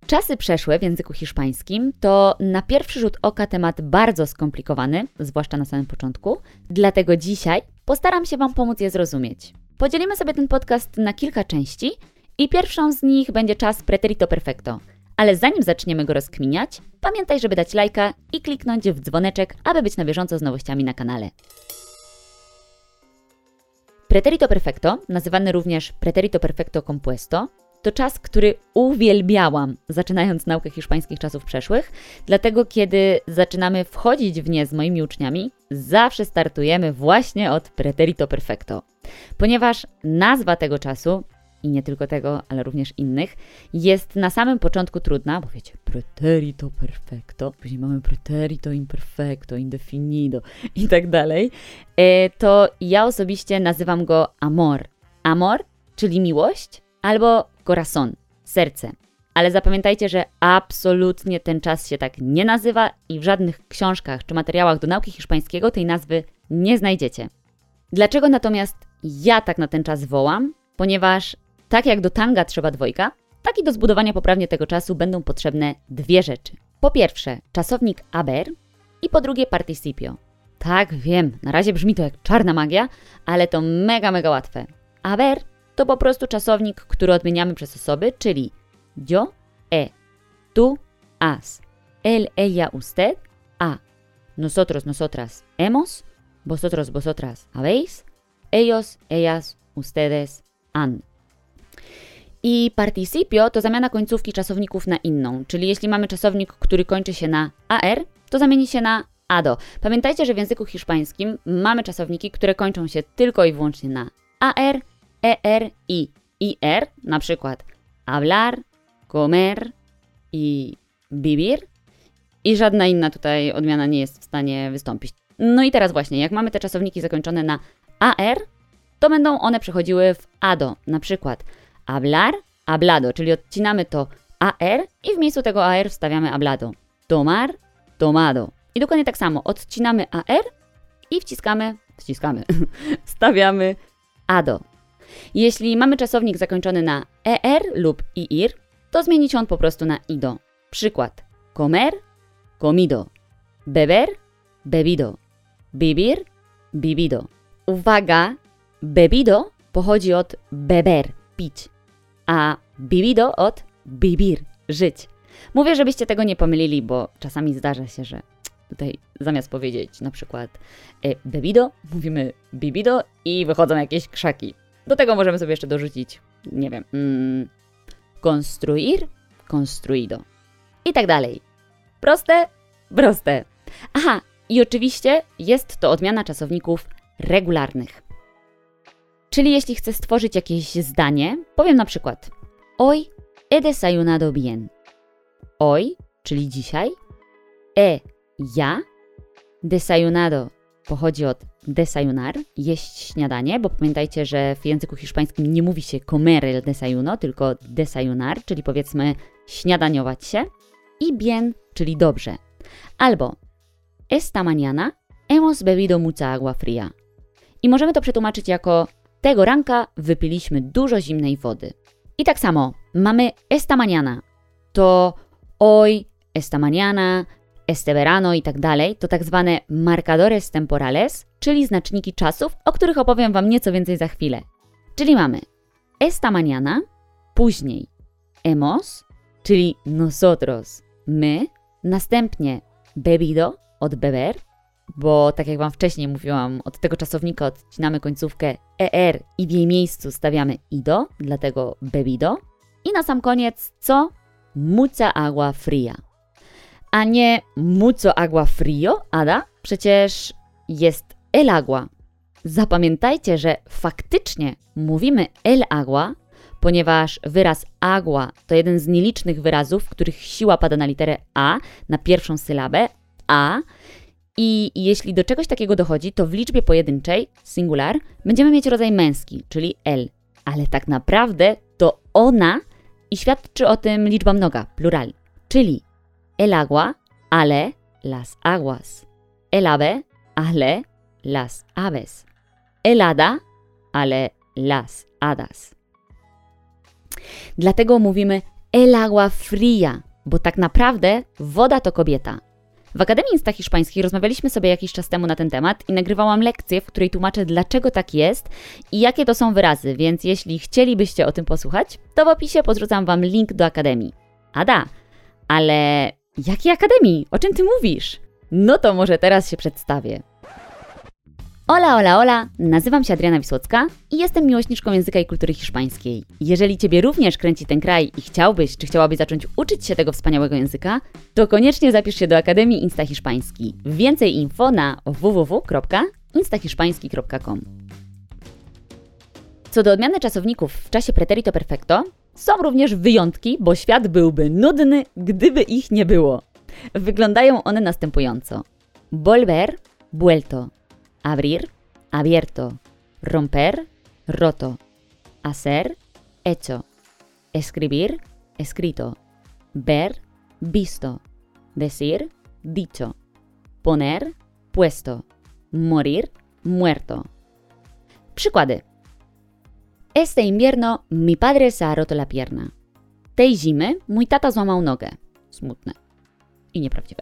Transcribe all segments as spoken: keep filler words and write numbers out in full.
Czasy przeszłe w języku hiszpańskim to na pierwszy rzut oka temat bardzo skomplikowany, zwłaszcza na samym początku, dlatego dzisiaj postaram się Wam pomóc je zrozumieć. Podzielimy sobie ten podcast na kilka części i pierwszą z nich będzie czas Pretérito Perfecto. Ale zanim zaczniemy go rozkminiać, pamiętaj, żeby dać lajka i kliknąć w dzwoneczek, aby być na bieżąco z nowościami na kanale. Pretérito Perfecto, nazywany również Pretérito Perfecto Compuesto, to czas, który uwielbiałam, zaczynając naukę hiszpańskich czasów przeszłych, dlatego kiedy zaczynamy wchodzić w nie z moimi uczniami, zawsze startujemy właśnie od Pretérito Perfecto, ponieważ nazwa tego czasu, i nie tylko tego, ale również innych, jest na samym początku trudna, bo wiecie, Pretérito Perfecto, później mamy Pretérito Imperfecto, Indefinido i tak dalej, to ja osobiście nazywam go amor. Amor, czyli miłość, albo corazón, serce. Ale zapamiętajcie, że absolutnie ten czas się tak nie nazywa i w żadnych książkach czy materiałach do nauki hiszpańskiego tej nazwy nie znajdziecie. Dlaczego natomiast ja tak na ten czas wołam? Ponieważ tak jak do tanga trzeba dwojga, tak i do zbudowania poprawnie tego czasu będą potrzebne dwie rzeczy. Po pierwsze czasownik haber i po drugie participio. Tak, wiem, na razie brzmi to jak czarna magia, ale to mega, mega łatwe. Haber to po prostu czasownik, który odmieniamy przez osoby, czyli yo, he, tú, has, él, ella, usted, a, nosotros, nosotras, hemos, vosotros, vosotras, habéis, ellos, ellas, ustedes, han. I participio to zamiana końcówki czasowników na inną, czyli jeśli mamy czasownik, który kończy się na ar, to zamieni się na ado. Pamiętajcie, że w języku hiszpańskim mamy czasowniki, które kończą się tylko i wyłącznie na ar, er i ir, na przykład hablar, comer i vivir i żadna inna tutaj odmiana nie jest w stanie wystąpić. No i teraz właśnie, jak mamy te czasowniki zakończone na ar, to będą one przechodziły w ado, na przykład hablar, hablado, czyli odcinamy to ar i w miejscu tego ar wstawiamy hablado. Tomar, tomado. I dokładnie tak samo, odcinamy ar i wciskamy, wciskamy, wstawiamy ado. Jeśli mamy czasownik zakończony na er lub ir, to zmieni się on po prostu na ido. Przykład: comer, comido, beber, bebido, vivir, vivido. Uwaga, bebido pochodzi od beber, pić, a vivido od vivir, żyć. Mówię, żebyście tego nie pomylili, bo czasami zdarza się, że tutaj zamiast powiedzieć na przykład e, bebido, mówimy vivido i wychodzą jakieś krzaki. Do tego możemy sobie jeszcze dorzucić, nie wiem, mm, construir, construido i tak dalej. Proste? Proste. Aha, i oczywiście jest to odmiana czasowników regularnych. Czyli jeśli chcę stworzyć jakieś zdanie, powiem na przykład hoy he desayunado bien. Hoy, czyli dzisiaj, he, ja, desayunado pochodzi od desayunar, jeść śniadanie, bo pamiętajcie, że w języku hiszpańskim nie mówi się comer el desayuno, tylko desayunar, czyli powiedzmy śniadaniować się, i bien, czyli dobrze. Albo esta mañana hemos bebido mucha agua fría. I możemy to przetłumaczyć jako tego ranka wypiliśmy dużo zimnej wody. I tak samo mamy esta mañana, to hoy, esta mañana, este verano i tak dalej, to tak zwane marcadores temporales, czyli znaczniki czasów, o których opowiem Wam nieco więcej za chwilę. Czyli mamy esta mañana, później hemos, czyli nosotros, my, następnie bebido, od beber, bo tak jak Wam wcześniej mówiłam, od tego czasownika odcinamy końcówkę er i w jej miejscu stawiamy ido, dlatego bebido. I na sam koniec co? Mucha agua fría. A nie mucho agua frío, Ada? Przecież jest el agua. Zapamiętajcie, że faktycznie mówimy el agua, ponieważ wyraz agua to jeden z nielicznych wyrazów, w których siła pada na literę a, na pierwszą sylabę, a. I jeśli do czegoś takiego dochodzi, to w liczbie pojedynczej, singular, będziemy mieć rodzaj męski, czyli el. Ale tak naprawdę to ona i świadczy o tym liczba mnoga, plural, czyli el agua, ale las aguas. El ave, ale las aves. El hada, ale las hadas. Dlatego mówimy el agua fría, bo tak naprawdę woda to kobieta. W Akademii Insta Hiszpańskiej rozmawialiśmy sobie jakiś czas temu na ten temat i nagrywałam lekcję, w której tłumaczę, dlaczego tak jest i jakie to są wyrazy, więc jeśli chcielibyście o tym posłuchać, to w opisie podrzucam Wam link do Akademii. Ada, ale jakiej Akademii? O czym Ty mówisz? No to może teraz się przedstawię. Hola, hola, hola, nazywam się Adriana Wisłocka i jestem miłośniczką języka i kultury hiszpańskiej. Jeżeli Ciebie również kręci ten kraj i chciałbyś, czy chciałabyś zacząć uczyć się tego wspaniałego języka, to koniecznie zapisz się do Akademii Insta Hiszpański. Więcej info na w w w kropka instahiszpański kropka com. Co do odmiany czasowników w czasie preterito perfecto, są również wyjątki, bo świat byłby nudny, gdyby ich nie było. Wyglądają one następująco. Volver, vuelto. Abrir, abierto. Romper, roto. Hacer, hecho. Escribir, escrito. Ver, visto. Decir, dicho. Poner, puesto. Morir, muerto. Przykłady. Este invierno mi padre se ha roto la pierna. Tej zimy mój tata złamał nogę. Smutne. I nieprawdziwe.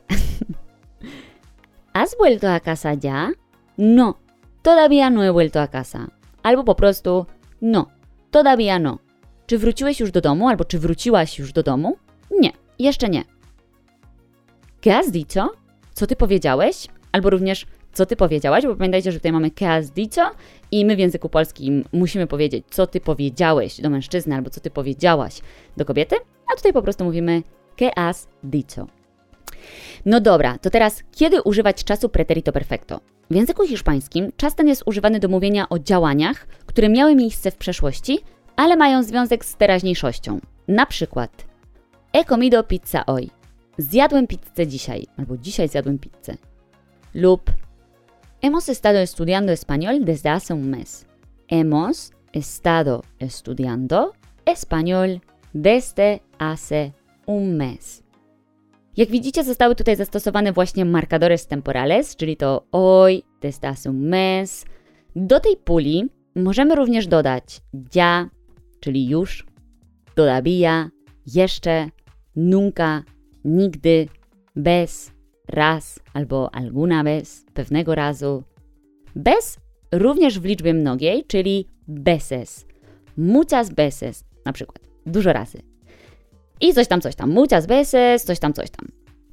¿Has vuelto a casa ya? No, todavía no he vuelto a casa. Albo po prostu no, todavía no. Czy wróciłeś już do domu, albo czy wróciłaś już do domu? Nie, jeszcze nie. ¿Qué has dicho? Co ty powiedziałeś? Albo również co ty powiedziałaś, bo pamiętajcie, że tutaj mamy ¿qué has dicho? I my w języku polskim musimy powiedzieć, co ty powiedziałeś do mężczyzny, albo co ty powiedziałaś do kobiety, a tutaj po prostu mówimy ¿qué has dicho? No dobra, to teraz kiedy używać czasu preterito perfecto? W języku hiszpańskim czas ten jest używany do mówienia o działaniach, które miały miejsce w przeszłości, ale mają związek z teraźniejszością. Na przykład he comido pizza hoy. Zjadłem pizzę dzisiaj, albo dzisiaj zjadłem pizzę. Lub hemos estado estudiando español desde hace un mes. Hemos estado estudiando español desde hace un mes. Jak widzicie, zostały tutaj zastosowane właśnie marcadores temporales, czyli to hoy, desde hace un mes. Do tej puli możemy również dodać ya, czyli już, todavía, jeszcze, nunca, nigdy, bez, raz albo alguna vez, pewnego razu. Bez również w liczbie mnogiej, czyli veces, muchas veces, na przykład, dużo razy. I coś tam, coś tam, muchas veces, coś tam, coś tam.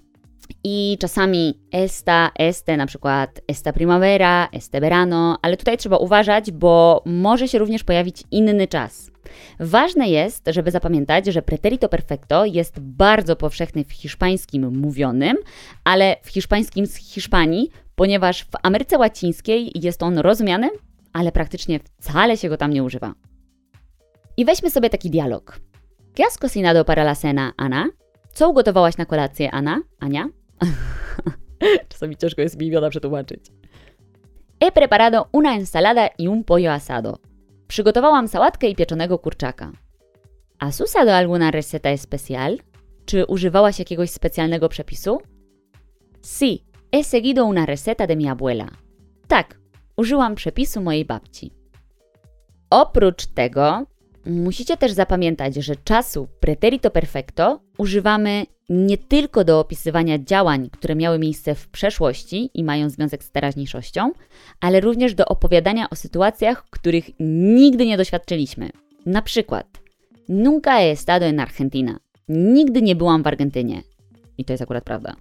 I czasami esta, este, na przykład esta primavera, este verano, ale tutaj trzeba uważać, bo może się również pojawić inny czas. Ważne jest, żeby zapamiętać, że preterito perfecto jest bardzo powszechny w hiszpańskim mówionym, ale w hiszpańskim z Hiszpanii, ponieważ w Ameryce Łacińskiej jest on rozumiany, ale praktycznie wcale się go tam nie używa. I weźmy sobie taki dialog. ¿Qué has cocinado para la cena, Ana? Co ugotowałaś na kolację, Ana? Ania? Czasami ciężko jest mi imiona przetłumaczyć. He preparado una ensalada y un pollo asado. Przygotowałam sałatkę i pieczonego kurczaka. ¿Has usado alguna receta especial? Czy używałaś jakiegoś specjalnego przepisu? Sí, he seguido una receta de mi abuela. Tak, użyłam przepisu mojej babci. Oprócz tego musicie też zapamiętać, że czasu preterito perfecto używamy nie tylko do opisywania działań, które miały miejsce w przeszłości i mają związek z teraźniejszością, ale również do opowiadania o sytuacjach, których nigdy nie doświadczyliśmy. Na przykład, nunca he estado en Argentina. Nigdy nie byłam w Argentynie. I to jest akurat prawda.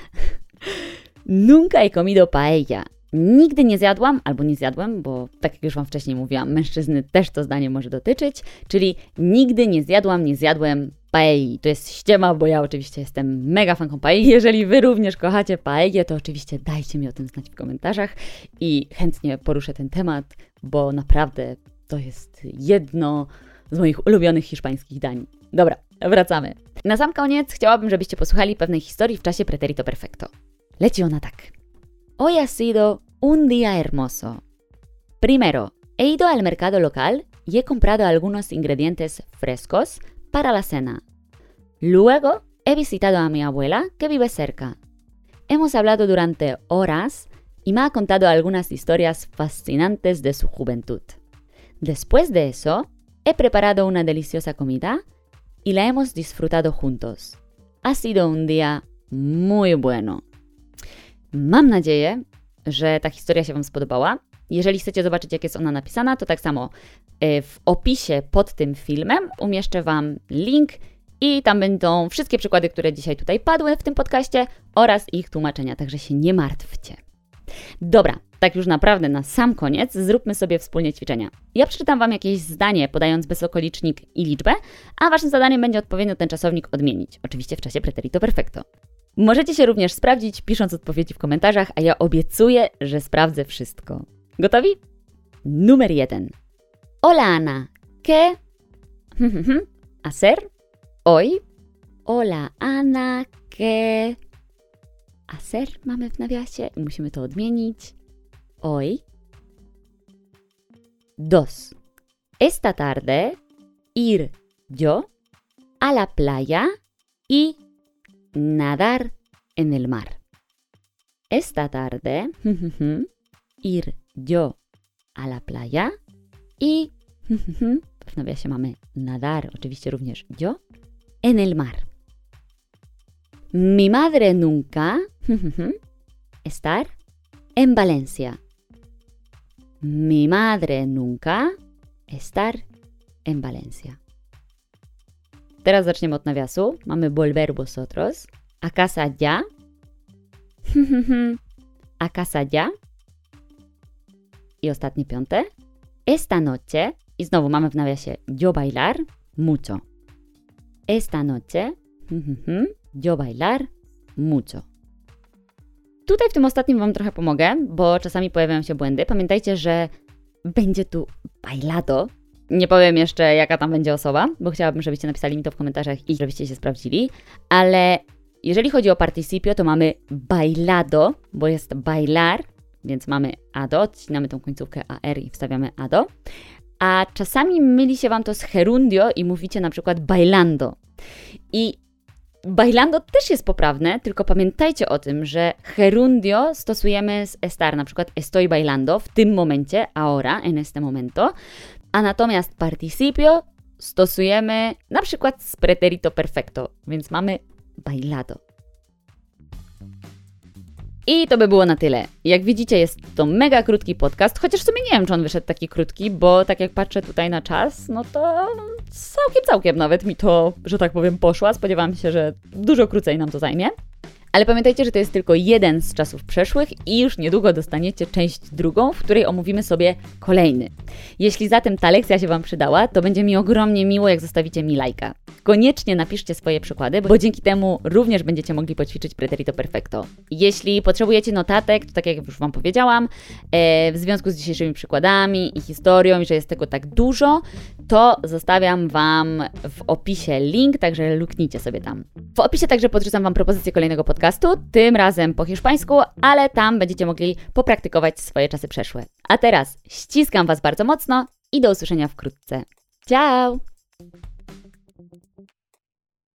Nunca he comido paella. Nigdy nie zjadłam, albo nie zjadłem, bo tak jak już Wam wcześniej mówiłam, mężczyzny też to zdanie może dotyczyć, czyli nigdy nie zjadłam, nie zjadłem paelli. To jest ściema, bo ja oczywiście jestem mega fanką paelli. Jeżeli Wy również kochacie paellę, to oczywiście dajcie mi o tym znać w komentarzach i chętnie poruszę ten temat, bo naprawdę to jest jedno z moich ulubionych hiszpańskich dań. Dobra, wracamy. Na sam koniec chciałabym, żebyście posłuchali pewnej historii w czasie preterito perfecto. Leci ona tak. Hoy ha sido un día hermoso. Primero, he ido al mercado local y he comprado algunos ingredientes frescos para la cena. Luego, he visitado a mi abuela que vive cerca. Hemos hablado durante horas y me ha contado algunas historias fascinantes de su juventud. Después de eso, he preparado una deliciosa comida y la hemos disfrutado juntos. Ha sido un día muy bueno. Mam nadzieję, że ta historia się Wam spodobała. Jeżeli chcecie zobaczyć, jak jest ona napisana, to tak samo w opisie pod tym filmem umieszczę Wam link i tam będą wszystkie przykłady, które dzisiaj tutaj padły w tym podcaście oraz ich tłumaczenia, także się nie martwcie. Dobra, tak już naprawdę na sam koniec zróbmy sobie wspólnie ćwiczenia. Ja przeczytam Wam jakieś zdanie, podając bezokolicznik i liczbę, a Waszym zadaniem będzie odpowiednio ten czasownik odmienić, oczywiście w czasie preterito perfecto. Możecie się również sprawdzić, pisząc odpowiedzi w komentarzach, a ja obiecuję, że sprawdzę wszystko. Gotowi? Numer jeden. Hola Ana, ¿qué hacer hoy? Hola Ana, ¿qué hacer? Mamy w nawiasie i musimy to odmienić. Hoy. Dos. Esta tarde ir yo a la playa y nadar en el mar. Esta tarde ir yo a la playa y w nawiasie mamy nadar, oczywiście również yo, en el mar. Mi madre nunca estar en Valencia. Mi madre nunca estar en Valencia. Teraz zaczniemy od nawiasu. Mamy volver vosotros. A casa ya. A casa ya. I ostatnie piąte. Esta noche. I znowu mamy w nawiasie yo bailar mucho. Esta noche. Yo bailar mucho. Tutaj w tym ostatnim Wam trochę pomogę, bo czasami pojawiają się błędy. Pamiętajcie, że będzie tu bailado. Nie powiem jeszcze, jaka tam będzie osoba, bo chciałabym, żebyście napisali mi to w komentarzach i żebyście się sprawdzili. Ale jeżeli chodzi o participio, to mamy bailado, bo jest bailar, więc mamy ado, odcinamy tą końcówkę ar i wstawiamy ado. A czasami myli się Wam to z gerundio i mówicie na przykład bailando. I bailando też jest poprawne, tylko pamiętajcie o tym, że gerundio stosujemy z estar, na przykład estoy bailando w tym momencie, ahora, en este momento, a natomiast participio stosujemy na przykład z preterito perfecto, więc mamy bailado. I to by było na tyle. Jak widzicie, jest to mega krótki podcast, chociaż w sumie nie wiem, czy on wyszedł taki krótki, bo tak jak patrzę tutaj na czas, no to całkiem, całkiem nawet mi to, że tak powiem, poszła. Spodziewałam się, że dużo krócej nam to zajmie. Ale pamiętajcie, że to jest tylko jeden z czasów przeszłych i już niedługo dostaniecie część drugą, w której omówimy sobie kolejny. Jeśli zatem ta lekcja się Wam przydała, to będzie mi ogromnie miło, jak zostawicie mi lajka. Koniecznie napiszcie swoje przykłady, bo dzięki temu również będziecie mogli poćwiczyć preterito perfecto. Jeśli potrzebujecie notatek, to tak jak już Wam powiedziałam, e, w związku z dzisiejszymi przykładami i historią, i że jest tego tak dużo, to zostawiam Wam w opisie link, także luknijcie sobie tam. W opisie także podrzucam Wam propozycję kolejnego podcastu, tym razem po hiszpańsku, ale tam będziecie mogli popraktykować swoje czasy przeszłe. A teraz ściskam Was bardzo mocno i do usłyszenia wkrótce. Ciao!